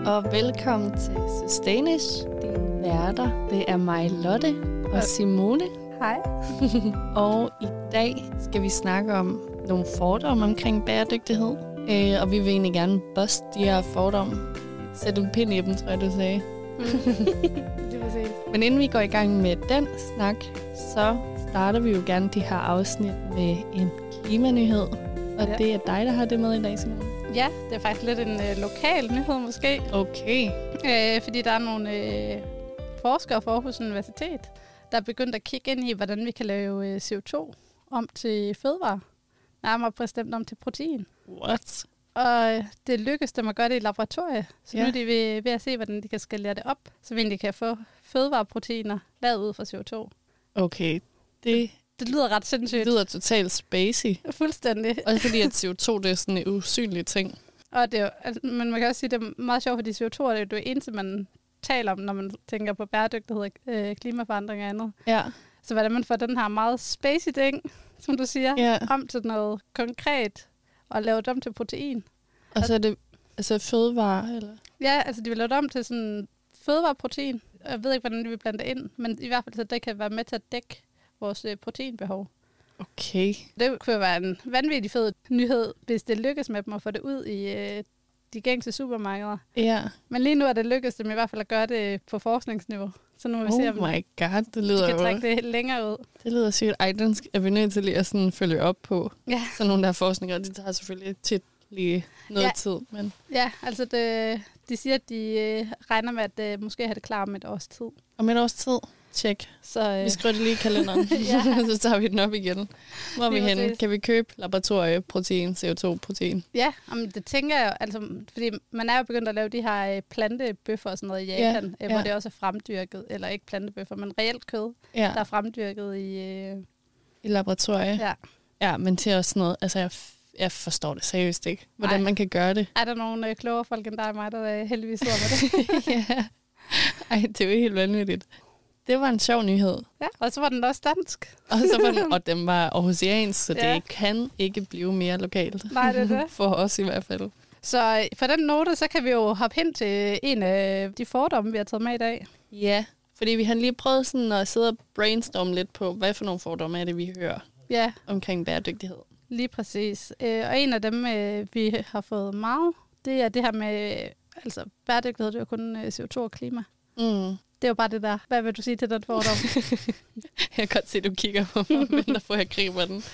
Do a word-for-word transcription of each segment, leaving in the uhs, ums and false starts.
og velkommen til Sustainish. Dine værter, det er mig, Lotte og Simone. Hej. Og i dag skal vi snakke om nogle fordomme omkring bæredygtighed. Øh, og vi vil egentlig gerne buste de her fordomme. Sæt en pind i dem, tror jeg, du sagde. Det var se. Men inden vi går i gang med den snak, så starter vi jo gerne de her afsnit med en klimanyhed. Og Ja. det er dig, der har det med i dag, Simone. Ja, det er faktisk lidt en øh, lokal nyhed måske. Okay. Øh, fordi der er nogle øh, forskere fra Aarhus Universitet, der er begyndt at kigge ind i, hvordan vi kan lave øh, C O to om til fødevarer. Nærmere bestemt om til protein. What? Og det lykkedes dem at gøre det i laboratoriet. Så Ja. nu er de ved, ved at se, hvordan de kan skalere det op, så vi egentlig kan få fødevareproteiner lavet ud fra C O to. Okay. Det Det lyder ret sindssygt. lyder totalt spacey. Fuldstændig. Også fordi, at C O to det er sådan en usynlig ting. Og det er jo, altså, men man kan også sige, at det er meget sjovt, fordi C O to er det jo det eneste, man taler om, når man tænker på bæredygtighed, øh, klimaforandring og andet. Ja. Så hvordan man får den her meget spacey ting, som du siger, Ja. om til noget konkret, og lave det om til protein. Og så er det altså fødevare, eller? Ja, altså de vil lave det om til sådan fødevareprotein. Jeg ved ikke, hvordan de vil blande det ind, men i hvert fald så det kan være med til at dække vores øh, proteinbehov. Okay. Det kunne jo være en vanvittig fed nyhed, hvis det lykkes med dem at få det ud i øh, de gængse supermarkeder. Ja. Men lige nu er det lykkedes dem i hvert fald at gøre det på forskningsniveau. Så nu må vi Oh se, om my god, det de lyder kan jo... trække det længere ud. Det lyder sygt. Ej, den skal, er vi nødt til lige at sådan følge op på. Ja, Så nogle der forskninger, det tager selvfølgelig tit lige noget Ja. tid. Men ja altså det, de siger, at de øh, regner med, at øh, måske have det klar om et års tid. om et års tid, tjek. Så øh, Vi skriver det lige i kalenderen. Ja. Så tager vi den op igen. Hvor er vi Lige henne? præcis. Kan vi købe laboratorieprotein, C O to protein? ja, jamen, det tænker jeg jo, altså, fordi man er jo begyndt at lave de her øh, plantebøffer og sådan noget i Japan, Ja, øh, hvor ja. det også er fremdyrket, eller ikke plantebøffer, men reelt kød, Ja, der er fremdyrket i... Øh, i laboratoriet. ja. Ja, men til også noget, altså jeg, f- jeg forstår det seriøst ikke, hvordan Nej. man kan gøre det. Er der nogle øh, klogere folk end dig og mig, der øh, heldigvis sidder med det? Ja. Ej, det er jo helt vanvittigt. Det var en sjov nyhed. Ja, og så var den også dansk. Og, så var den, og den var aarhusiansk, så Ja. det kan ikke blive mere lokalt. Nej, det er det. For os i hvert fald. Så øh, på den note, så kan vi jo hoppe hen til en af de fordomme, vi har taget med i dag. Ja, fordi vi har lige prøvet sådan at sidde og brainstorme lidt på, hvad for nogle fordomme er det, vi hører Ja, omkring bæredygtighed. lige præcis. Øh, og en af dem, øh, vi har fået meget, det er det her med, øh, altså bæredygtighed, det er jo kun øh, C O to og klima. Mm. Det er jo bare det der. Hvad vil du sige til den fordom? Jeg kan godt se, at du kigger på mig, men der får jeg griber den.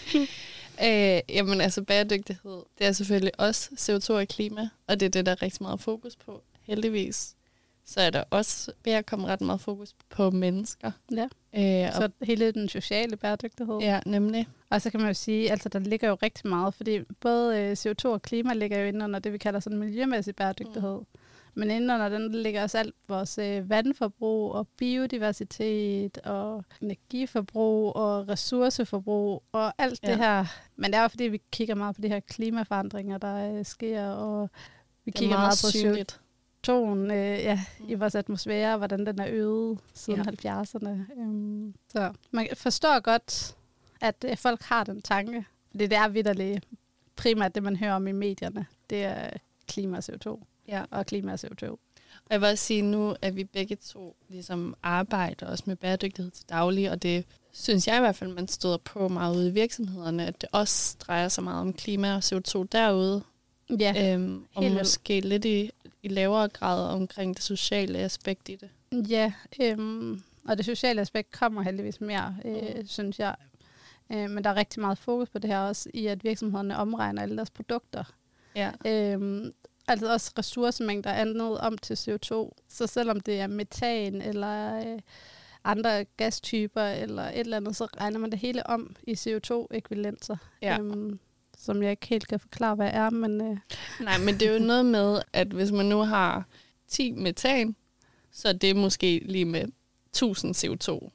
Øh, jamen altså bæredygtighed, det er selvfølgelig også C O to og klima, og det er det, der er rigtig meget fokus på, heldigvis. Så er der også ved at komme ret meget fokus på mennesker. Ja. Øh, og, Så hele den sociale bæredygtighed. ja, nemlig. Og så kan man jo sige, altså der ligger jo rigtig meget, fordi både øh, C O to og klima ligger jo inde under det, vi kalder sådan miljømæssig bæredygtighed. Mm. Men inde under den ligger også alt vores øh, vandforbrug og biodiversitet og energiforbrug og ressourceforbrug og alt ja. Ja. det her. Men det er jo fordi, vi kigger meget på de her klimaforandringer, der øh, sker, og vi Det er kigger meget, meget på C O synligt. to'en øh, ja, i vores atmosfære, hvordan den er øget siden Ja. halvfjerdserne. Øhm, så man forstår godt, at øh, folk har den tanke. Fordi det er vitterligt primært det, man hører om i medierne. Det er klima og C O to. Ja. Og klima og C O to. Og jeg vil også sige nu, at vi begge to ligesom arbejder også med bæredygtighed til daglig, og det synes jeg i hvert fald, man støder på meget ude i virksomhederne, at det også drejer sig meget om klima og C O to derude. Ja, Øhm, og Helt måske lidt i, i lavere grad omkring det sociale aspekt i det. ja øhm, og det sociale aspekt kommer heldigvis mere, øh, mm. synes jeg. Øh, men der er rigtig meget fokus på det her også, i at virksomhederne omregner alle deres produkter. Ja. Øhm, altså også ressourcemængder andet om til C O to. Så selvom det er metan eller øh, andre gastyper eller et eller andet, så regner man det hele om i C O to-ekvivalenser. Ja. Øhm, som jeg ikke helt kan forklare, hvad er, men... Øh, Nej, men det er jo noget med, at hvis man nu har ti metan, så er det måske lige med tusind C O to.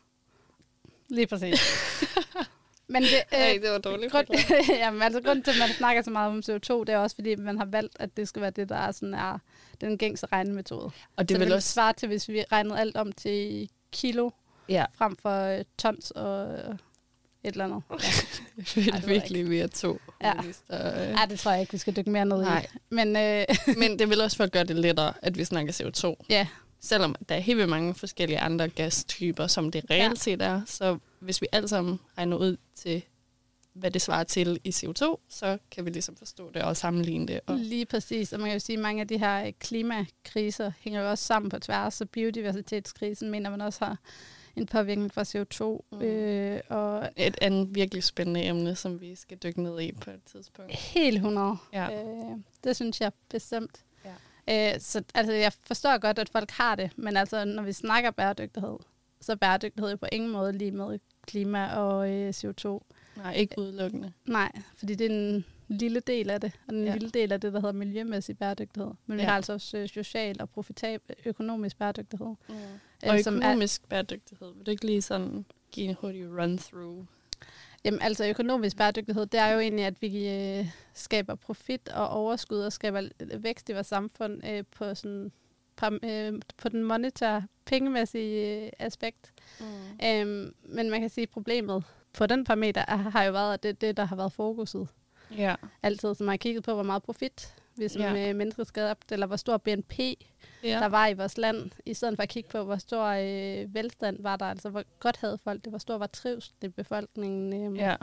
lige præcis. men det, øh, Ej, det var dårligt grund, forklaret. jamen, altså, grunden til, at man snakker så meget om C O to, det er også, fordi man har valgt, at det skal være det, der er, sådan, er den gængse regnemetode. Og det så vil det vil også... svare til, hvis vi regnede alt om til kilo, Ja. frem for øh, tons og, eller andet. Ja. Jeg føler Ej, virkelig, vi er to ja. humanister. Ja, det tror jeg ikke, vi skal dykke mere ned Nej. i. Men, øh... Men det vil også for at gøre det lettere, at vi snakker C O to. Ja. Selvom der er helt vildt mange forskellige andre gastyper, som det reelt set er. Så hvis vi alle sammen regner ud til, hvad det svarer til i C O to, så kan vi ligesom forstå det og sammenligne det. Og lige præcis, og man kan jo sige, at mange af de her klimakriser hænger jo også sammen på tværs, så biodiversitetskrisen mener man også har en påvirkning fra C O to. Mm. Øh, og et andet virkelig spændende emne, som vi skal dykke ned i på et tidspunkt. Helt hundrede. Ja. Øh, det synes jeg bestemt. Ja. Øh, så altså, jeg forstår godt, at folk har det, men altså, når vi snakker bæredygtighed, så er bæredygtighed på ingen måde lige med klima og øh, C O to. Nej, ikke udelukkende. Nej, fordi det er en lille del af det, og en ja. lille del af det, der hedder miljømæssig bæredygtighed. Men vi ja. har altså også øh, social og profitabel økonomisk bæredygtighed. Mm. Og øh, økonomisk er, bæredygtighed, vil du ikke lige sådan give en hurtig run-through? Jamen altså økonomisk bæredygtighed, det er jo egentlig, at vi øh, skaber profit og overskud og skaber vækst i vores samfund øh, på, sådan, par, øh, på den monetære, pengemæssige øh, aspekt. Mm. Øhm, men man kan sige, at problemet på den parameter er, har jo været, at det er det, der har været fokuset. Ja. Altid, så man har kigget på, hvor meget profit vi som ja. mennesker skal op, eller hvor stor B N P ja. der var i vores land, i stedet for at kigge på, hvor stor øh, velstand var der, altså hvor godt havde folk det, hvor stor var trivsel i befolkningen. Øh. Ja.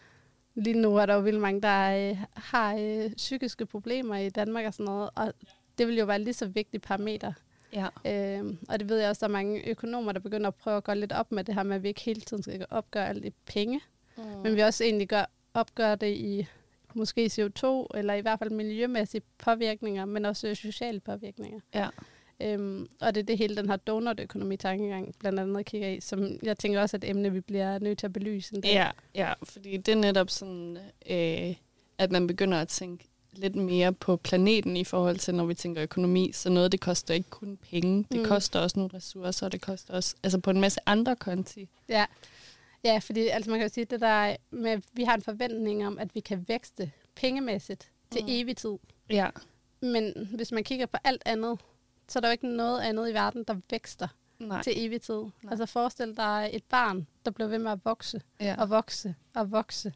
Lige nu er der jo vildt mange, der øh, har øh, psykiske problemer i Danmark og sådan noget, og det vil jo være lige så vigtigt parameter. Ja. Øh, og det ved jeg også, der er mange økonomer, der begynder at prøve at gå lidt op med det her med, at vi ikke hele tiden skal opgøre alt i penge, mm. men vi også egentlig gør, opgør det i måske C O to, eller i hvert fald miljømæssige påvirkninger, men også sociale påvirkninger. Ja. Øhm, og det er det hele den her donut-økonomi-tankegang, blandt andet kigger i, som jeg tænker også er et emne, vi bliver nødt til at belyse en dag. Ja, ja, fordi det er netop sådan, øh, at man begynder at tænke lidt mere på planeten i forhold til, når vi tænker økonomi, så noget, det koster ikke kun penge, det mm. koster også nogle ressourcer, og det koster også altså på en masse andre konti. Ja. Ja, fordi altså man kan jo sige, det der med, at vi har en forventning om, at vi kan vækste pengemæssigt til mm. evig tid. Ja. Men hvis man kigger på alt andet, så er der jo ikke noget andet i verden, der vækster Nej. til evig tid. Nej. Altså forestil dig et barn, der bliver ved med at vokse ja. og vokse og vokse.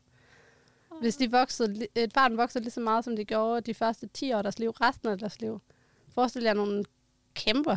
Hvis de voksede, et barn voksede lige så meget, som de gjorde de første ti år af deres liv, resten af deres liv. Forestil jer nogle kæmper,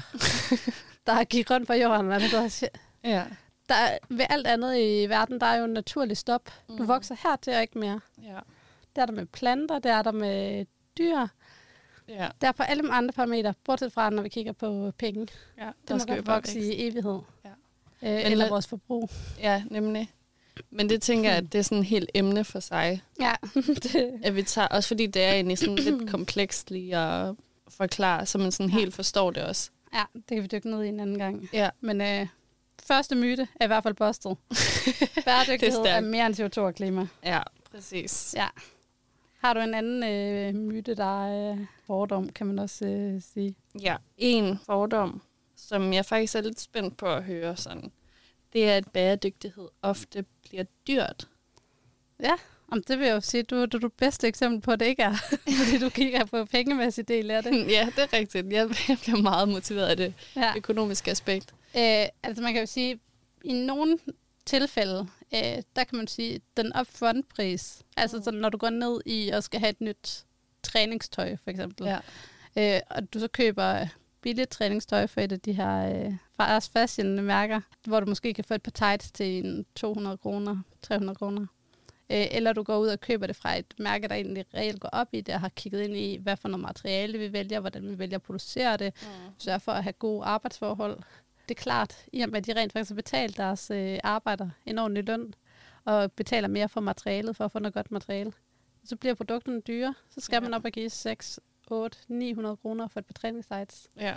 der gik rundt på jorden. Altså, ja. Der, ved alt andet i verden, der er jo en naturlig stop. Du mm. vokser hertil og ikke mere. Ja. Der er der med planter, der er der med dyr. Ja. Der er på alle andre parametre, bortset fra, når vi kigger på penge. Ja, det må godt vokse i evighed. Ja. Øh, eller vores forbrug. Ja, nemlig. Men det tænker jeg, at det er sådan et helt emne for sig. Ja. det. At vi tager, også fordi det er egentlig sådan lidt komplekst lige at forklare, så man sådan ja. helt forstår det også. Ja, det kan vi dykke ned i en anden gang. Ja. Men øh, første myte er i hvert fald bustet. Bæredygtighed er, er mere end C O to og klima. Ja, præcis. Ja. Har du en anden øh, myte, der er øh, fordom, kan man også øh, sige? Ja, en fordom, som jeg faktisk er lidt spændt på at høre sådan, det er, at bæredygtighed ofte bliver dyrt. Ja, om det vil jeg jo sige, du, du er det bedste eksempel på, at det ikke er, fordi du kigger på pengemæssig del af det. Ja, det er rigtigt. Jeg bliver meget motiveret af det ja. økonomiske aspekt. Øh, altså man kan jo sige, i nogle tilfælde, øh, der kan man sige, den upfront-pris, altså sådan, når du går ned i og skal have et nyt træningstøj, for eksempel, ja. øh, og du så køber billigt træningstøj for et af de her øh, fast fashion-mærker, hvor du måske kan få et par tights til en to hundrede kroner, tre hundrede kroner. Øh, eller du går ud og køber det fra et mærke, der egentlig reelt går op i det, og har kigget ind i, hvad for noget materiale vi vælger, hvordan vi vælger at producere det, mm. sørge for at have gode arbejdsforhold. Det er klart, i og med at de rent faktisk har betalt deres øh, arbejder en ordentlig løn, og betaler mere for materialet, for at få noget godt materiale. Så bliver produkterne dyre, så skal ja. man op og give seks, otte, ni hundrede kroner for et par træningssites. Ja.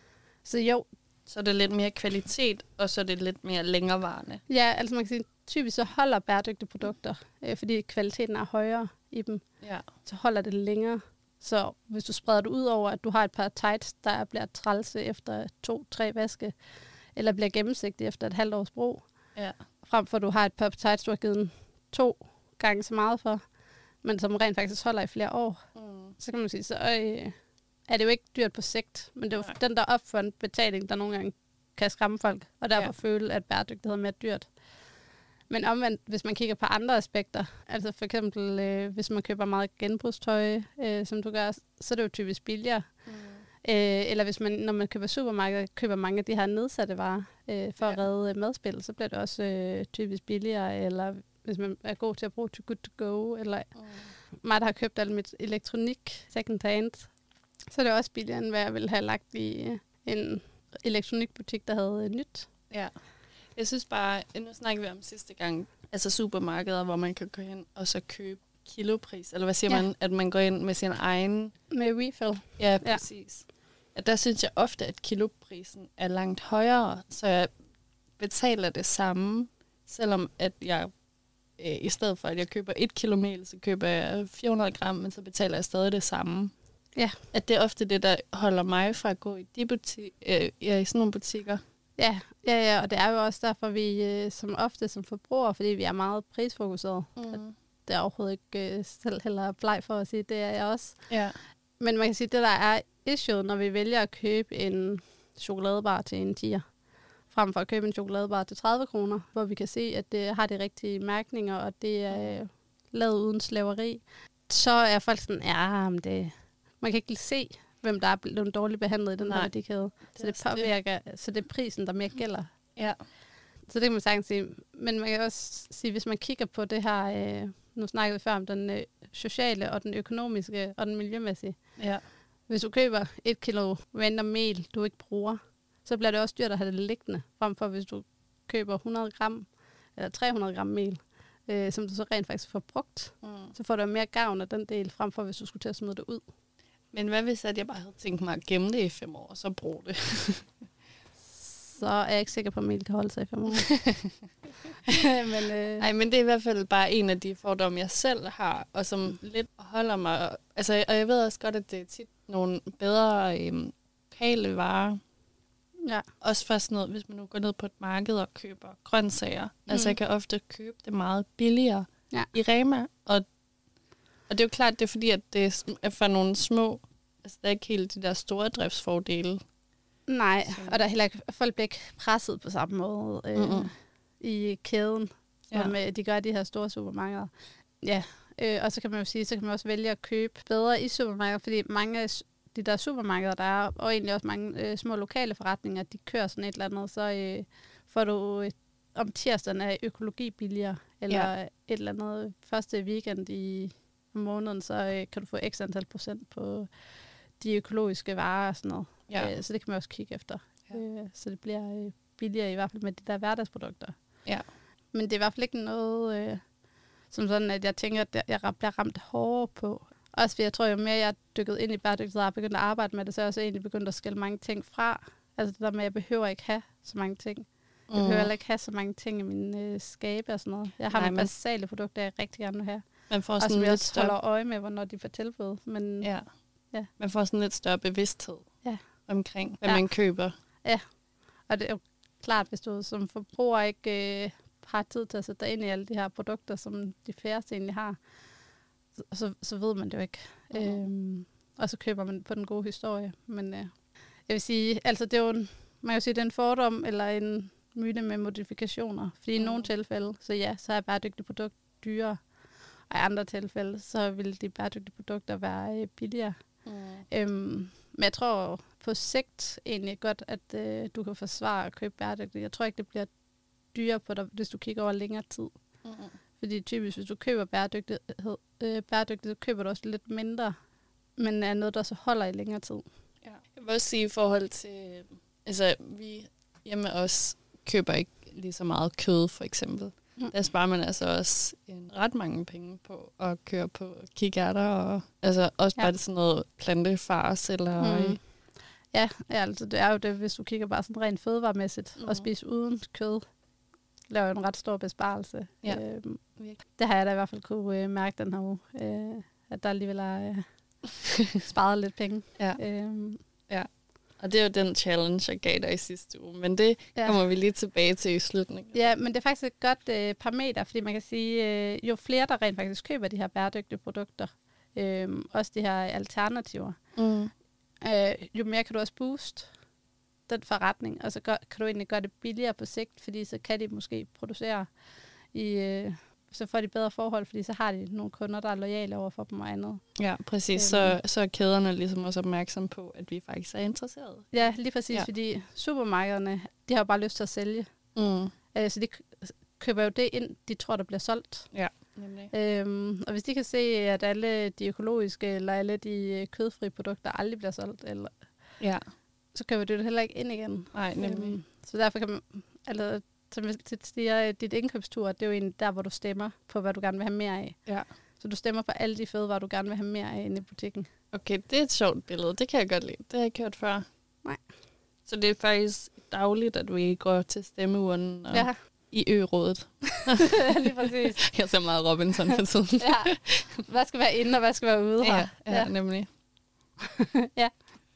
Så jo. Så er det lidt mere kvalitet, og så er det lidt mere længerevarende. Ja, altså man kan sige, typisk så holder bæredygtige produkter, øh, fordi kvaliteten er højere i dem, ja. så holder det længere. Så hvis du spreder det ud over, at du har et par tights, der bliver trælse efter to-tre vaske, eller bliver gennemsigtige efter et halvt års brug, ja. frem for at du har et par tights, du har givet to gange så meget for, men som rent faktisk holder i flere år, mm. så kan man sige, så øh, er det jo ikke dyrt på sigt, men det er jo Nej. den der upfront betaling, der nogle gange kan skræmme folk, og derfor ja. føle, at bæredygtighed er mere dyrt. Men omvendt, hvis man kigger på andre aspekter, altså for eksempel, øh, hvis man køber meget genbrugstøj, øh, som du gør, så er det jo typisk billigere. Mm. Øh, eller hvis man, når man køber supermarkeder, køber mange af de her nedsatte varer øh, for ja. at redde madspil, så bliver det også øh, typisk billigere. Eller hvis man er god til at bruge Too Good To Go, eller mm. mig, der har købt alt mit elektronik second hand, så er det også billigere, end hvad jeg ville have lagt i en elektronikbutik, der havde nyt. Ja. Jeg synes bare, nu snakker vi om sidste gang, altså supermarkeder, hvor man kan gå hen og så købe kilopris, eller hvad siger ja. man, at man går ind med sin egen... Med refill. Ja, præcis. Ja. Der synes jeg ofte, at kiloprisen er langt højere, så jeg betaler det samme, selvom at jeg øh, i stedet for, at jeg køber et kilo mel, så køber jeg fire hundrede gram, men så betaler jeg stadig det samme. Ja. At det er ofte det, der holder mig fra at gå i, de butik, øh, ja, i sådan nogle butikker. Ja, ja, ja, og det er jo også derfor, vi øh, som ofte som forbrugere, fordi vi er meget prisfokuseret. Mm. Det er overhovedet ikke øh, selv heller bleg for at sige, det er jeg også. Ja. Men man kan sige, at det der er issue, når vi vælger at købe en chokoladebar til en tier, frem for at købe en chokoladebar til tredive kroner, hvor vi kan se, at det har de rigtige mærkninger, og det er øh, lavet uden slaveri, så er folk sådan, ja, men det, man kan ikke se, hvem der er blevet dårligt behandlet i den her værdikæde. Så det påvirker, det. så det er prisen, der mere gælder. Ja. Så det kan man sagtens sige. Men man kan også sige, hvis man kigger på det her, øh, nu snakkede vi før om den øh, sociale og den økonomiske og den miljømæssige. Ja. Hvis du køber et kilo random mel, du ikke bruger, så bliver det også dyrt at have det liggende, frem for hvis du køber hundrede gram eller tre hundrede gram mel, øh, som du så rent faktisk får brugt, mm. så får du mere gavn af den del, frem for hvis du skulle til at smide det ud. Men hvad hvis at jeg bare havde tænkt mig at gemme det i fem år, og så bruge det? Så er jeg ikke sikker på, at mel kan holde sig i fem år. men, øh... Ej, men det er i hvert fald bare en af de fordomme, jeg selv har, og som mm. lidt holder mig... Altså, og jeg ved også godt, at det er tit nogle bedre øh, lokale varer. Ja. Også for sådan noget, hvis man nu går ned på et marked og køber grøntsager. Mm. Altså, jeg kan ofte købe det meget billigere ja. i Rema, og Og det er jo klart, det er fordi, at det er for nogle små, altså der er ikke helt de der store driftsfordele. Nej, så. Og der er heller ikke, folk bliver ikke presset på samme måde øh, mm-hmm. i kæden, som ja. de gør i de her store supermarkeder. Ja, øh, og så kan man jo sige, så kan man også vælge at købe bedre i supermarkeder, fordi mange af de der supermarkeder, der er, og egentlig også mange øh, små lokale forretninger, de kører sådan et eller andet, så øh, får du øh, om tirsdagen er økologi billigere, eller ja. et eller andet første weekend i måneden, så øh, kan du få x antal procent på de økologiske varer og sådan noget. Ja. Øh, så det kan man også kigge efter. Ja. Øh, så det bliver øh, billigere i hvert fald med de der hverdagsprodukter. Ja. Men det er i hvert fald ikke noget, øh, som sådan, at jeg tænker, at jeg bliver ramt hårdere på. Også fordi jeg tror, jo mere jeg er dykket ind i bæredygtighed og har begyndt at arbejde med det, så er jeg også egentlig begyndt at skille mange ting fra. Altså det der med, at jeg behøver ikke have så mange ting. Jeg behøver heller ikke have så mange ting i mine øh, skabe og sådan noget. Jeg har Nej, nogle basale produkter, jeg rigtig gerne vil have. Man får sådan og som jeg også holder øje med, hvornår de får tilbud. Men, ja. Ja. Man får sådan lidt større bevidsthed ja. omkring, hvad ja. man køber. Ja, og det er jo klart, hvis du som forbruger ikke øh, har tid til at sætte dig ind i alle de her produkter, som de færreste egentlig har, så, så, så ved man det jo ikke. Mm. Øhm, og så køber man på den gode historie. Men øh, jeg vil sige, altså det er jo en, man kan jo sige, det er en fordom eller en myte med modifikationer. Fordi mm. i nogle tilfælde, så ja, så er bæredygtige produkter dyrere. Og i andre tilfælde, så vil de bæredygtige produkter være øh, billigere. Mm. Øhm, men jeg tror på sigt egentlig godt, at øh, du kan forsvare at købe bæredygtigt. Jeg tror ikke, det bliver dyrere på dig, hvis du kigger over længere tid. Mm. Fordi typisk, hvis du køber bæredygtighed, øh, bæredygtigt, så køber du også lidt mindre, men er noget, der så holder i længere tid. Ja. Jeg vil også sige i forhold til, altså vi hjemme også køber ikke lige så meget kød, for eksempel. Mm. Der sparer man altså også en ret mange penge på at køre på kikærter, og altså også bare ja. sådan noget plantefars, eller... Mm. Ja, ja, altså det er jo det, hvis du kigger bare sådan rent fødevaremæssigt, mm. og spiser uden kød, laver en ret stor besparelse. Ja. Øhm, det har jeg da i hvert fald kunne øh, mærke den her uge, øh, at der alligevel er øh, sparet lidt penge. Ja. Øhm, ja. Og det er jo den challenge, jeg gav dig i sidste uge. Men det ja. kommer vi lige tilbage til i slutningen. Ja, men det er faktisk et godt øh, parameter, fordi man kan sige, øh, jo flere der rent faktisk køber de her bæredygtige produkter, øh, også de her alternativer, mm. øh, jo mere kan du også booste den forretning, og så gør, kan du egentlig gøre det billigere på sigt, fordi så kan de måske producere i, øh, så får de bedre forhold, fordi så har de nogle kunder, der er loyale over for dem og andet. Ja, præcis. Så, så er kæderne ligesom også opmærksom på, at vi faktisk er interesserede. Ja, lige præcis, ja. fordi supermarkederne, de har jo bare lyst til at sælge. Mm. Øh, så de køber jo det ind, de tror, der bliver solgt. Ja, nemlig. Øhm, og hvis de kan se, at alle de økologiske eller alle de kødfrie produkter aldrig bliver solgt, eller, ja. så køber de det heller ikke ind igen. Nej, nemlig. Øhm, så derfor kan man, altså, som jeg siger, dit indkøbstur, det er jo egentlig der, hvor du stemmer på, hvad du gerne vil have mere af. Ja. Så du stemmer på alle de fødevarer, du gerne vil have mere af inde i butikken. Okay, det er et sjovt billede. Det kan jeg godt lide. Det har jeg ikke hørt før. Nej. Så det er faktisk dagligt, at vi går til stemmeurnen og Ja. i ø-rådet. Lige præcis. Jeg ser meget Robinson for tiden. Ja. Hvad skal være inde, og hvad skal være ude her? Ja, ja, ja. nemlig. Ja.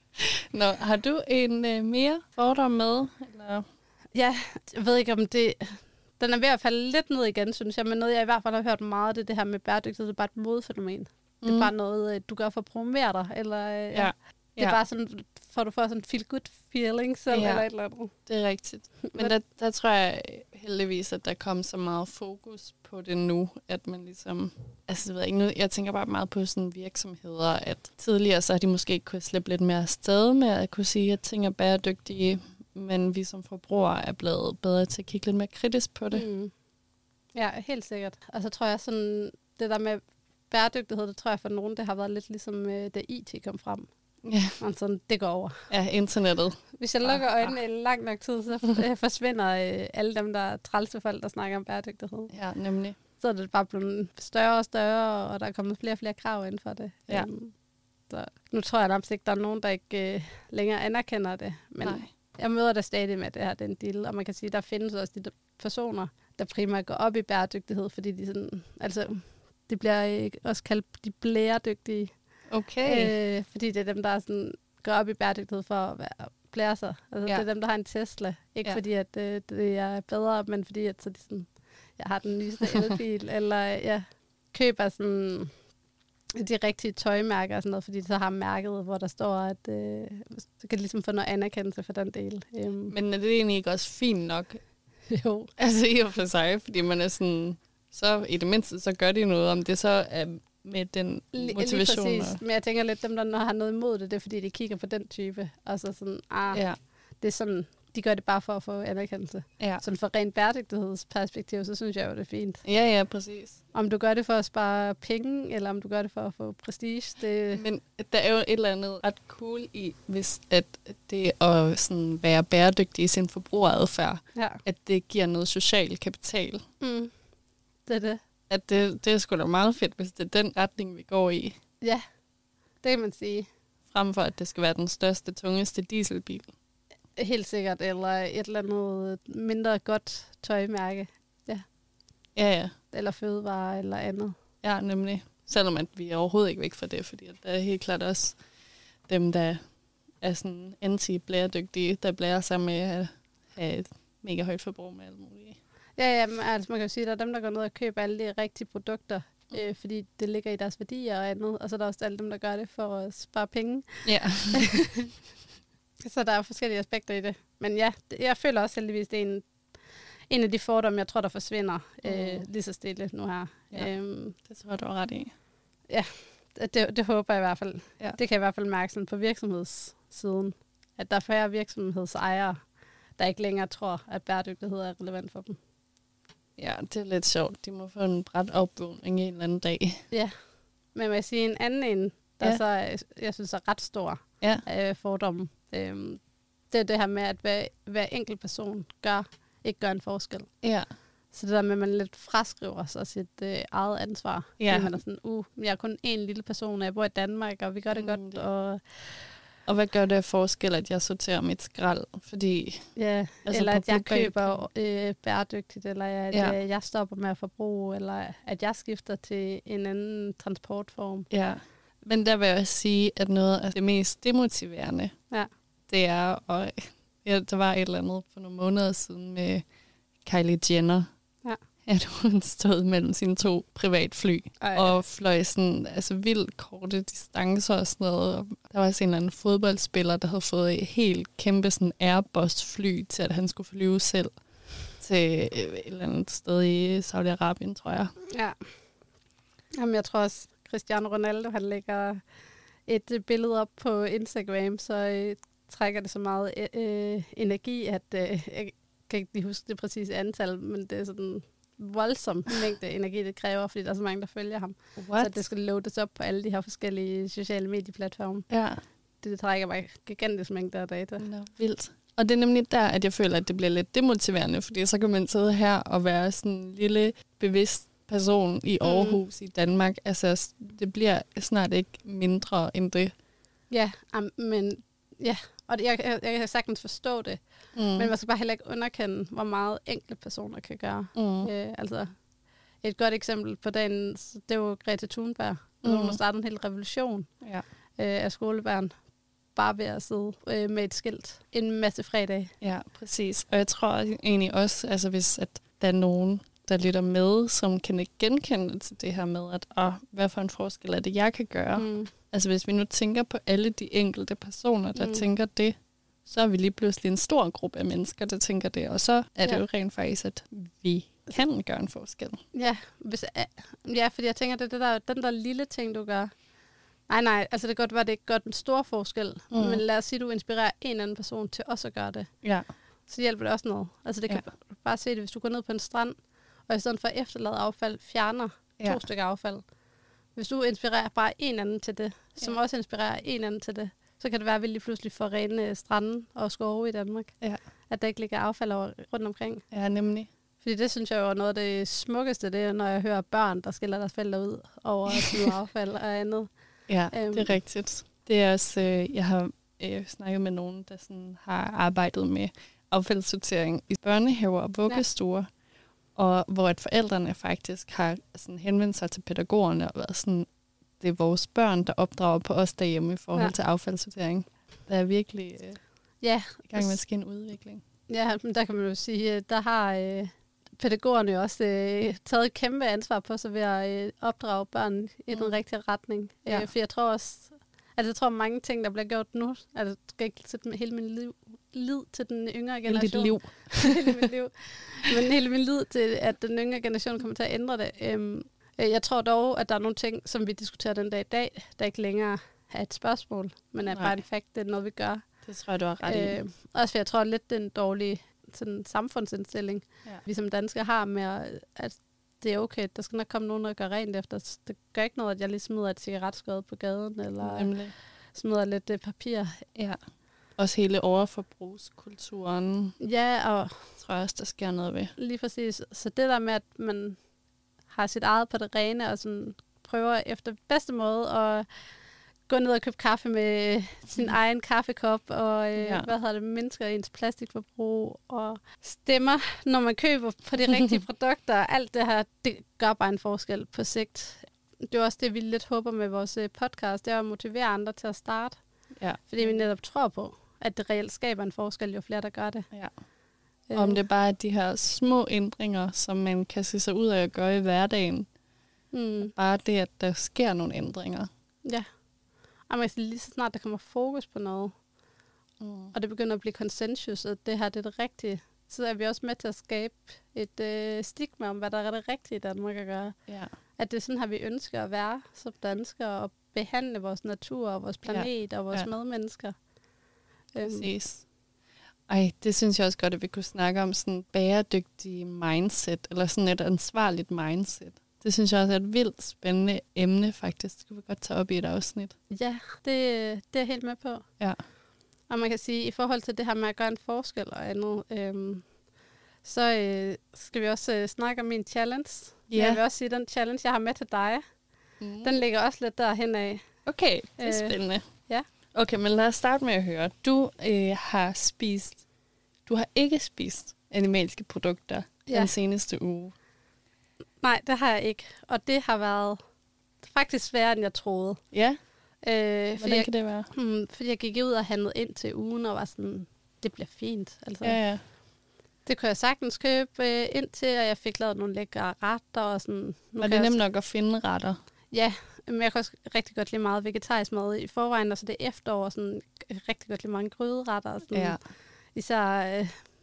Nå, har du en øh, mere fordom med? Eller? Ja, jeg ved ikke om det... Den er ved at falde lidt ned igen, synes jeg, men noget, jeg i hvert fald har hørt meget, det er det her med bæredygtighed, det er bare et modefænomen. Mm. Det er bare noget, du gør for at promovere dig, eller ja. Ja. Det er ja. bare sådan, for du får sådan feel good feelings, eller, ja. eller et eller andet. Det er rigtigt. Men der, der tror jeg heldigvis, at der kom så meget fokus på det nu, at man ligesom... Altså, jeg ved ikke nu, jeg tænker bare meget på sådan virksomheder, at tidligere så har de måske ikke kunne slippe lidt mere afsted med at kunne sige, at ting er bæredygtige, men vi som forbrugere er blevet bedre til at kigge lidt mere kritisk på det. Mm. Ja, helt sikkert. Og så tror jeg sådan, det der med bæredygtighed, det tror jeg for nogen, det har været lidt ligesom, øh, da I T kom frem. Ja. Og sådan, det går over. Ja, internettet. Hvis jeg lukker øjnene i lang nok tid, så øh, forsvinder øh, alle dem, der er trælse folk, der snakker om bæredygtighed. Ja, nemlig. Så er det bare blevet større og større, og der er kommet flere og flere krav inden for det. Ja. Um, så nu tror jeg nærmest ikke, der er nogen, der ikke øh, længere anerkender det. Men Nej. jeg møder det stadig med det her, den deal. Og man kan sige, der findes også de der personer, der primært går op i bæredygtighed, fordi de sådan, altså, de bliver øh, også kaldt de blæredygtige. Okay. Øh, fordi det er dem, der sådan, går op i bæredygtighed for at være, blære sig. Altså, Ja. det er dem, der har en Tesla. Ikke Ja. fordi, at øh, det er bedre, men fordi, at så de sådan, jeg har den nyeste elbil, eller ja, køber sådan de rigtige tøjmærker og sådan noget, fordi de så har mærket, hvor der står, at øh, så kan de ligesom få noget anerkendelse for den del. Um, Men er det egentlig ikke også fint nok? jo. Altså i og for sig, fordi man er sådan, så i det mindste, så gør de noget, om det så er med den motivation. Lige præcis. Men jeg tænker lidt, dem der har noget imod det, det er fordi, de kigger på den type, og så sådan, ah, Ja. det er sådan, de gør det bare for at få anerkendelse. Ja. Sådan for rent bæredygtighedsperspektiv, så synes jeg jo, det er fint. Ja, ja, præcis. Om du gør det for at spare penge, eller om du gør det for at få prestige, det... Men der er jo et eller andet ret cool i, hvis at det at sådan være bæredygtig i sin forbrugeradfærd, Ja. at det giver noget social kapital. Mm. Det er det. At det, det er sgu da meget fedt, hvis det er den retning, vi går i. Ja, det kan man sige. Frem for, at det skal være den største, tungeste dieselbil. Helt sikkert, eller et eller andet mindre godt tøjmærke. Ja. Ja, ja. Eller fødevarer, eller andet. Ja, nemlig. Selvom at vi er overhovedet ikke væk fra det, fordi at der er helt klart også dem, der er sådan anti-blæredygtige, der blærer sig med at have et mega højt forbrug med alt muligt. Ja, ja, men altså man kan jo sige, at der er dem, der går ned og køber alle de rigtige produkter, øh, fordi det ligger i deres værdier og andet. Og så er der også alle dem, der gør det for at spare penge. Ja. Så der er forskellige aspekter i det. Men ja, det- jeg føler også heldigvis, det er en, en af de fordomme, jeg tror, der forsvinder øh, lige så stille nu her. Ja. Øhm, Det tror jeg, du har ret i. det, det håber jeg i hvert fald. Ja. Det kan jeg i hvert fald mærke sådan på virksomhedssiden, at der er færre virksomhedsejere, der ikke længere tror, at bæredygtighed er relevant for dem. Ja, det er lidt sjovt. De må få en bræt opvågning en eller anden dag. Ja, men må jeg sige en anden en, der Ja. ja. så er, jeg synes er ret stor Ja. øh, fordom. Øhm, det er det her med, at hver, hver enkelt person gør, ikke gør en forskel. Ja. Så det der med, at man lidt fraskriver sig sit øh, eget ansvar. Ja. Fordi man er sådan, uh, jeg er kun en lille person, og jeg bor i Danmark, og vi gør det Mm, godt. det- Og, Og hvad gør det af forskel, at jeg sorterer mit skrald? Fordi ja, Altså altså eller på at jeg globalt køber øh, bæredygtigt, eller at Ja. ja. øh, jeg stopper med at forbruge, eller at jeg skifter til en anden transportform. ja. Men der vil jeg også sige, at noget af det mest demotiverende, Ja. det er, og ja, der var et eller andet for nogle måneder siden med Kylie Jenner, Ja. at hun stod mellem sine to privatfly Ej. og fløj sådan, altså vildt korte distancer og sådan noget. Og der var også en eller anden fodboldspiller, der havde fået et helt kæmpe sådan Airbus-fly til, at han skulle flyve selv til et eller andet sted i Saudi-Arabien, tror jeg. Ja. Jamen, jeg tror også, Cristiano Ronaldo, han lægger et øh, billede op på Instagram, så øh, trækker det så meget øh, energi, at øh, jeg kan ikke lige huske det præcise antal, men det er sådan voldsom mængde energi, det kræver, fordi der er så mange, der følger ham. What? Så det skal loades op på alle de her forskellige sociale medieplatforme. Ja. Det, det trækker mig gigantisk mængder af data. No, vildt. Og det er nemlig der, at jeg føler, at det bliver lidt demotiverende, fordi så kan man sidde her og være sådan en lille bevidst person i Aarhus, mm. i Danmark. Altså, det bliver snart ikke mindre end det. Ja, um, men ja, og det, jeg, jeg, jeg kan sagtens forstå det, mm. men man skal bare heller ikke underkende, hvor meget enkelte personer kan gøre. Mm. Øh, altså, et godt eksempel på dagen, det er jo Greta Thunberg. Mm. Hun har startet en hel revolution ja. øh, af skolebørn, bare ved at sidde øh, med et skilt en masse fredag. Ja, præcis. Og jeg tror egentlig også, altså hvis at der er nogen, der lytter med, som kan ikke genkende til det her med, at åh, hvad for en forskel er det, jeg kan gøre. Mm. Altså hvis vi nu tænker på alle de enkelte personer, der mm. tænker det, så er vi lige pludselig en stor gruppe af mennesker, der tænker det. Og så er det ja. jo rent faktisk, at vi kan gøre en forskel. Ja, hvis, ja, fordi jeg tænker, det er det der, den der lille ting, du gør. Nej, nej, altså det kan godt være, det ikke gør en stor forskel, mm. men lad os sige, at du inspirerer en anden person til også at gøre det. Ja. Så hjælper det også noget. Altså det kan ja. bare se det, hvis du går ned på en strand, og i stedet for at efterlade affald, fjerner ja. to stykker affald. Hvis du inspirerer bare en anden til det, som ja. også inspirerer en anden til det, så kan det være, at vi lige pludselig får rene strande og skove i Danmark. Ja. At der ikke ligger affald over, rundt omkring. Ja, nemlig. Fordi det synes jeg jo er noget af det smukkeste, det er, når jeg hører børn, der skiller deres forældre ud over at smide affald og andet. Ja, um, det er rigtigt. Det er også, øh, jeg har øh, snakket med nogen, der sådan har arbejdet med affaldssortering i børnehaver og vuggestuer, ja. og hvor at forældrene faktisk har sådan henvendt sig til pædagogerne og været sådan, det er vores børn, der opdrager på os derhjemme i forhold ja. til affaldssortering. Der er virkelig øh, ja, i gang med at ske en udvikling. Ja, men der kan man jo sige, der har øh, pædagogerne jo også øh, taget et kæmpe ansvar på sig ved at øh, opdrage børn i mm. den rigtige retning. Ja. Øh, for jeg tror også, altså jeg tror mange ting, der bliver gjort nu, altså skal ikke sætte hele min liv, lid til den yngre generation. Hele dit liv. hele mit liv. Men hele min lid til, at den yngre generation kommer til at ændre det. Øhm, jeg tror dog, at der er nogle ting, som vi diskuterer den dag i dag, der ikke længere er et spørgsmål, men er Nej. bare en fakt, det er noget, vi gør. Det tror jeg, du har ret i. Øh, også for jeg tror lidt, det er en dårlig sådan, samfundsindstilling, ja. vi som danskere har med, at, at det er okay, der skal nok komme nogen, der gør rent efter. Det gør ikke noget, at jeg lige smider et cigaretskod på gaden, eller Nemlig. smider lidt uh, papir. Ja. Også hele overforbrugskulturen. Ja, og tror jeg også, der sker noget ved. Lige præcis. Så det der med, at man har sit eget på det rene, og sådan prøver efter bedste måde at gå ned og købe kaffe med sin mm. egen kaffekop, og øh, ja. hvad hedder det, mindsker ens plastikforbrug, og stemmer, når man køber på de rigtige produkter. Alt det her, det gør bare en forskel på sigt. Det er også det, vi lidt håber med vores podcast, det er at motivere andre til at starte. Ja. Fordi vi netop tror på, at det reelt skaber en forskel, jo flere der gør det. Ja. Øh. Om det bare er de her små ændringer, som man kan se sig ud af at gøre i hverdagen. Mm. Bare det, at der sker nogle ændringer. Ja. Og man siger, lige så snart der kommer fokus på noget, mm. og det begynder at blive konsensus, og det her det er det rigtige, så er vi også med til at skabe et øh, stigma om, hvad der er det rigtige i Danmark at gøre. Ja. At det er sådan her, vi ønsker at være som danskere, og behandle vores natur, og vores planet, ja. og vores ja. medmennesker. Præcis. Ej, det synes jeg også godt, at vi kunne snakke om sådan bæredygtig mindset, eller sådan et ansvarligt mindset. Det synes jeg også er et vildt spændende emne, faktisk. Det kunne vi godt tage op i et afsnit. Ja, det, det er jeg helt med på. Ja. Og man kan sige, i forhold til det her med at gøre en forskel og andet, øhm, så øh, skal vi også øh, snakke om min challenge. Yeah. Jeg vil også sige, den challenge, jeg har med til dig, mm. den ligger også lidt derhen af. Okay, det er øh, spændende. Ja. Okay, men lad os starte med at høre. Du øh, har spist, du har ikke spist animalske produkter ja. den seneste uge. Nej, det har jeg ikke. Og det har været faktisk sværere, end jeg troede. Ja? Øh, Hvordan jeg, kan det være? Hmm, fordi jeg gik ud og handlede ind til ugen, og var sådan, det bliver fint. Altså, ja, ja. Det kunne jeg sagtens købe øh, ind til, og jeg fik lavet nogle lækre retter. Og sådan, var det nemt nok at finde retter? Ja, men jeg kan også rigtig godt lide meget vegetarisk mad i forvejen. Altså det er efterår, og sådan rigtig godt lide mange gryderetter. Og sådan, ja. Især øh,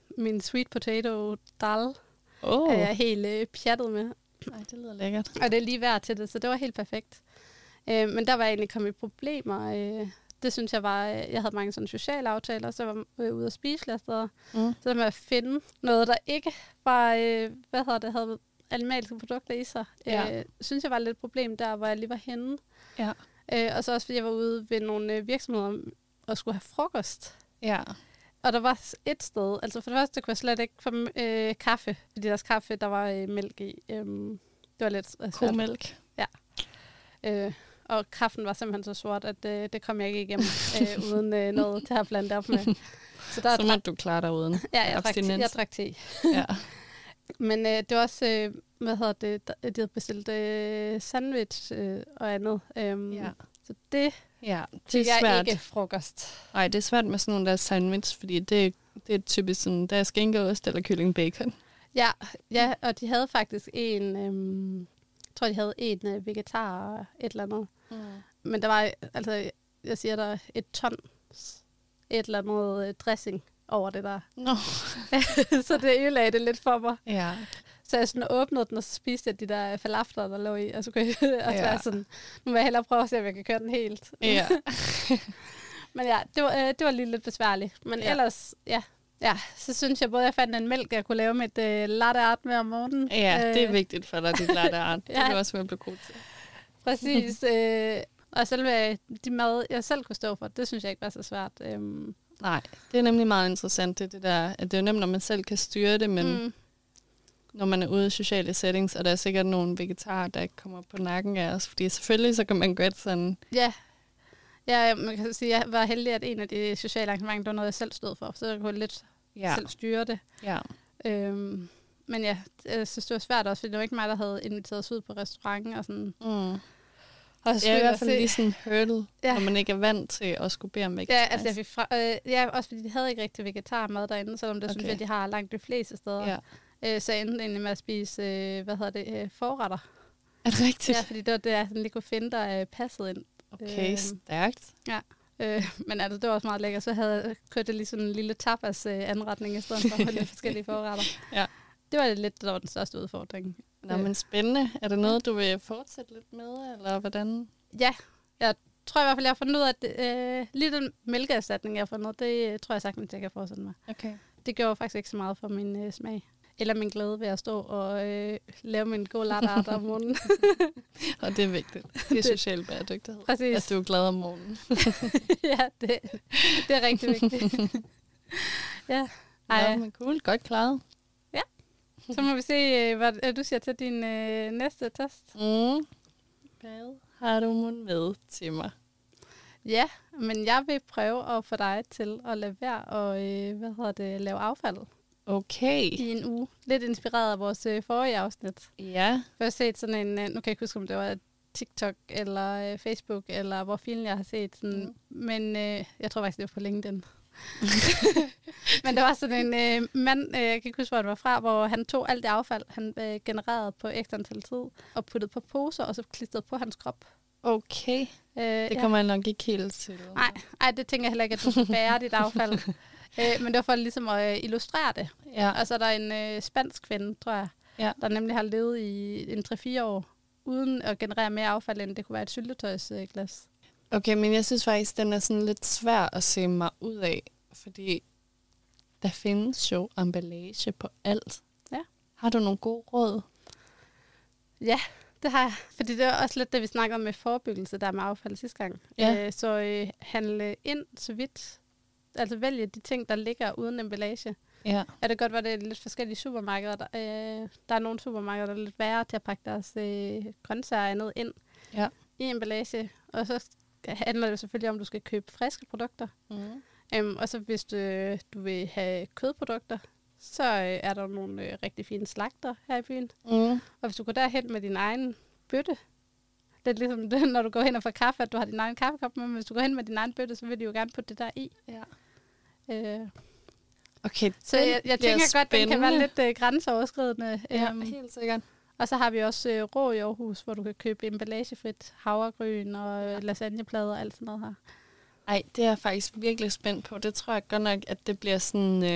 min sweet potato dal Oh. er jeg helt øh, pjattet med. Nej, det lyder lækkert. Og det er lige værd til det, så det var helt perfekt. Øh, men der var jeg egentlig kommet i problemer. Øh, det synes jeg var, øh, jeg havde mange sådan sociale aftaler, så jeg var øh, ude at spise flere steder. Mm. Så der med at finde noget, der ikke var, øh, hvad hedder det, havde animalske produkter i sig, Ja. øh, synes jeg var lidt et problem der, hvor jeg lige var henne. Ja. Øh, og så også, fordi jeg var ude ved nogle øh, virksomheder og skulle have frokost. Ja. Og der var et sted, altså for det første kunne jeg slet ikke få øh, kaffe, fordi deres kaffe, der var øh, mælk i. Øhm, det var lidt øh, svært. Komælk. Øh, og kaffen var simpelthen så sort, at øh, det kom jeg ikke igennem, øh, uden øh, noget til at blande op med. Så, der Så må du klare dig uden. ja, jeg drak, te, abstinens. jeg drak te. Ja. Men øh, det var også, øh, hvad hedder det, de havde bestilt øh, sandwich øh, og andet. Øhm, Ja. Så det Ja, det fik er jeg svært. ikke frokost. Nej, det er svært med sådan nogle der sandwich, fordi det, det er typisk sådan, der er skinkeost eller kylling bacon. Ja, ja, og de havde faktisk en, øhm, jeg tror de havde en øh, vegetar og et eller andet. Mm. Men der var, altså, jeg siger der et ton, et eller andet øh, dressing over det der. Nå. Så det ødelagde det lidt for mig. Ja. Så jeg sådan åbnede den, og så spiste jeg de der falafler, der lå i. Og så kunne jeg også Ja. være sådan, nu vil jeg hellere prøve at se, om jeg kan køre den helt. Ja. Men ja, det var, øh, det var lige lidt besværligt. Men Ja. ellers, ja. Ja, så synes jeg både, jeg fandt en mælk, jeg kunne lave mit øh, latte art med om morgenen. Ja, det er vigtigt for dig, dit latte art. Det Ja. er du også ved at blive god til. Præcis. øh, og selve de mad, jeg selv kunne stå for, det synes jeg ikke var så svært. Øhm, Nej, det er nemlig meget interessant, det, det der, at det er jo nemt, når man selv kan styre det, men mm. når man er ude i sociale settings, og der er sikkert nogle vegetarer, der ikke kommer på nakken af os, fordi selvfølgelig så kan man godt sådan... Ja. Ja, man kan sige, jeg var heldig, at en af de sociale arrangementer, det var noget, jeg selv stod for, så jeg kunne lidt Ja. selv styre det. Ja. Øhm, men ja, jeg synes, det var svært også, fordi det var ikke mig, der havde inviteret os ud på restauranten og sådan. Mm. Og Det er i hvert fald lige sådan en hurdle, Ja. ja. når man ikke er vant til at skulle bede om vegetarisk. Ja, altså jeg fik fra, øh, ja, også fordi de havde ikke rigtig vegetarmad derinde, selvom det okay. synes Okay. jeg, de har langt de fleste steder. Ja. Øh, så jeg endte egentlig med at spise, øh, hvad hedder det, øh, forretter. Er det rigtigt? Ja, fordi det var det, jeg sådan lige kunne finde, der øh, passede ind. Okay, Øhm. stærkt. Ja. Øh, men altså, det var også meget lækkert. Så havde jeg kørt det lige sådan en lille tapas-anretning øh, i stedet for lidt forskellige forretter. Ja. Det var lidt, der var den største udfordring. Nå, men spændende. Er det noget, du vil fortsætte lidt med, eller hvordan? Ja, jeg tror i hvert fald, jeg har fundet ud af, at øh, lige den mælkeerstatning, jeg har fundet, det øh, tror jeg sagtens, jeg kan fortsætte med. Okay. Det gjorde faktisk ikke så meget for min øh, smag. Eller min glæde ved at stå og øh, lave min gode latte art om morgenen. Og det er vigtigt. Det er social bæredygtighed. Præcis. At du er glad om morgenen. Ja, det, det er rigtig vigtigt. Ja. Ej, Ja, men cool. Godt klaret. så må vi se, øh, hvad øh, du siger til din øh, næste test. Mm. Hvad har du mon med til mig? Ja, men jeg vil prøve at få dig til at lade være og øh, hvad hedder det, lave affald Okay. i en uge. Lidt inspireret af vores øh, forrige afsnit. Ja. Jeg har set sådan en, øh, nu kan jeg ikke huske, om det var TikTok eller øh, Facebook, eller hvor filen jeg har set. Sådan, mm. Men øh, jeg tror faktisk, det var på LinkedIn. Men der var sådan en øh, mand, øh, jeg kan ikke huske, hvor det var fra, hvor han tog alt det affald, han øh, genererede på ekstra antal tid, og puttede på poser, og så klistrede på hans krop. Okay. Øh, Det kommer jeg nok ikke helt til. Nej, ej, det tænker jeg heller ikke, at du skal bære dit affald. øh, men det var for ligesom at øh, illustrere det. Ja. Og så er der en øh, spansk kvinde, tror jeg, Ja. der nemlig har levet i en tre fire år, uden at generere mere affald, end det kunne være et syltetøjsglas. Okay, men jeg synes faktisk, den er sådan lidt svær at se mig ud af, fordi der findes jo emballage på alt. Ja. Har du nogle gode råd? Ja, det har jeg. Fordi det er også lidt det, vi snakker om med forebyggelse, der med affald sidste gang. Ja. Øh, så øh, handle ind så vidt. Altså vælge de ting, der ligger uden emballage. Ja. Er det godt, at det er lidt forskellige supermarkeder. Der, øh, der er nogle supermarkeder, der er lidt værre til at pakke deres øh, grøntsager og andet ind Ja. i emballage. Og så handler det selvfølgelig om, at du skal købe friske produkter. Mm. Um, og så hvis du, du vil have kødprodukter, så øh, er der nogle øh, rigtig fine slagter her i byen. Mm. Og hvis du går derhen med din egen bøtte, det er ligesom det, når du går hen og får kaffe, at du har din egen kaffekop med, men hvis du går hen med din egen bøtte, så vil de jo gerne putte det der i. Ja. Øh, Okay, så jeg, jeg tænker godt, den kan være lidt øh, grænseoverskridende. Ja, Um, helt sikkert. og så har vi også øh, Rå i Aarhus, hvor du kan købe emballagefrit havregryn og øh, lasagneplader og alt sådan noget her. Ej, det er jeg faktisk virkelig spændt på. Det tror jeg godt nok, at det bliver sådan... Øhm,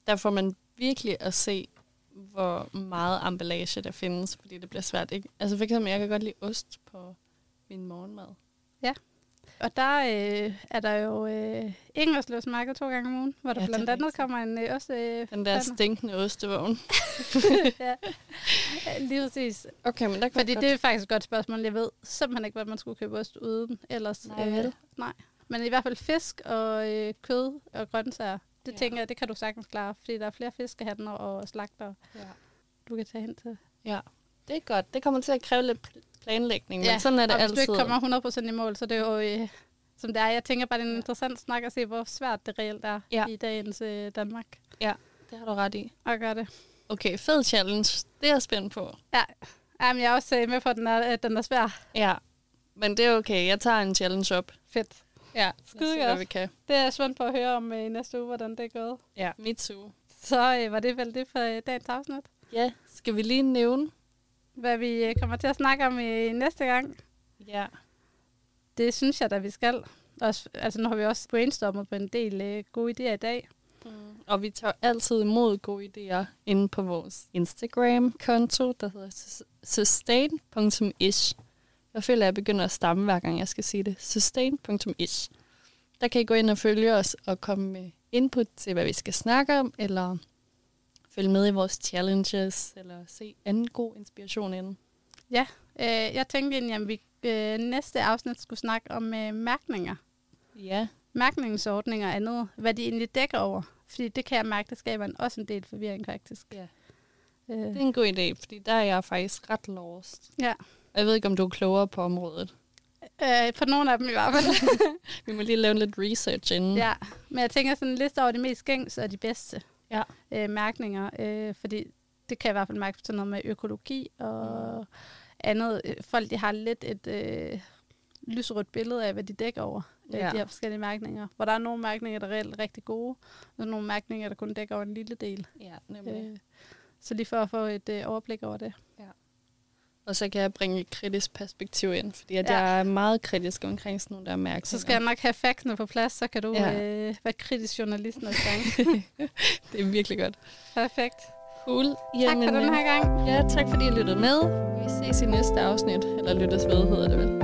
der får man virkelig at se, hvor meget emballage der findes, fordi det bliver svært, ikke? Altså for eksempel, jeg kan godt lide ost på min morgenmad. Ja, og der øh, er der jo øh, Ingerslevs marked to gange om ugen, hvor der Ja, blandt det er andet rigtigt. kommer en øh, ost. Øh, Den der pander. stinkende ostevogn. Ja, lige præcis. Okay, men der kan Fordi godt... det er faktisk et godt spørgsmål. Jeg ved simpelthen ikke, hvad man skulle købe ost uden. Ellers, Nej, vel? nej. Men i hvert fald fisk og øh, kød og grøntsager, det Ja. tænker jeg, det kan du sagtens klare. Fordi der er flere fiskehandler og slagter, Ja. du kan tage hen til. ja, det er godt. Det kommer til at kræve lidt planlægning, Ja, men sådan er det og altid. hvis du ikke kommer hundrede procent i mål, så det er jo, øh, som det er. Jeg tænker bare, det er en Ja. interessant snak at se, hvor svært det reelt er Ja. i dagens øh, Danmark Det har du ret i. at gøre det. Okay, fed challenge. Det er jeg spændt på. Jamen, jeg er også øh, med på, at den er, at den er svær. Ja, men det er okay. Jeg tager en challenge op. Fedt. Ja, Skide se, hvad godt. vi kan. Det er jeg spændt på at høre om øh, i næste uge, hvordan det er gået. Ja, me too. Så øh, var det vel det for øh, dagens afsnit. Ja, skal vi lige nævne? Hvad vi øh, kommer til at snakke om i næste gang, Ja. det synes jeg da, vi skal. Også, altså, nu har vi også brainstormet på en del øh, gode idéer i dag. Mm. Og vi tager altid imod gode idéer inde på vores Instagram-konto, der hedder sus- sustain punktum ish. Jeg føler, at jeg begynder at stamme, hver gang jeg skal sige det. sustain punktum ish. Der kan I gå ind og følge os og komme med input til, hvad vi skal snakke om, eller følge med i vores challenges, eller se anden god inspiration inden. Øh, jeg tænkte egentlig, at vi øh, næste afsnit skulle snakke om øh, mærkninger. Ja, Mærkningsordninger og andet. Hvad de egentlig dækker over. Fordi det kan jeg mærke, der skaber en, også en del forvirring faktisk. Ja. Øh, det er en god idé, fordi der er jeg faktisk ret lost. ja. Og jeg ved ikke, om du er klogere på området. Øh, på nogle af dem i hvert fald. Vi må lige lave lidt research inden. Ja, men jeg tænker sådan en liste over de mest gængse og de bedste Ja. øh, mærkninger. Øh, fordi det kan jeg i hvert fald mærke sådan noget med økologi og mm. andet. Øh, Folk de har lidt et øh, lyserødt billede af, hvad de dækker over. Øh, Ja. De her forskellige mærkninger. Hvor der er nogle mærkninger, der er reelt rigtig gode. Og nogle mærkninger, der kun dækker over en lille del. Ja, nemlig. Øh, så lige for at få et øh, overblik over det. Og så kan jeg bringe et kritisk perspektiv ind, fordi at Ja. jeg er meget kritisk omkring sådan nogle der mærkninger. Så skal jeg nok have factsene på plads, så kan du Ja. ja. øh, være kritisk journalist næste gang. Det er virkelig godt. Perfekt. Cool. Tak for den her gang. Ja, tak fordi I lyttede med. Vi ses i næste afsnit. Eller lyttes ved, hedder det vel.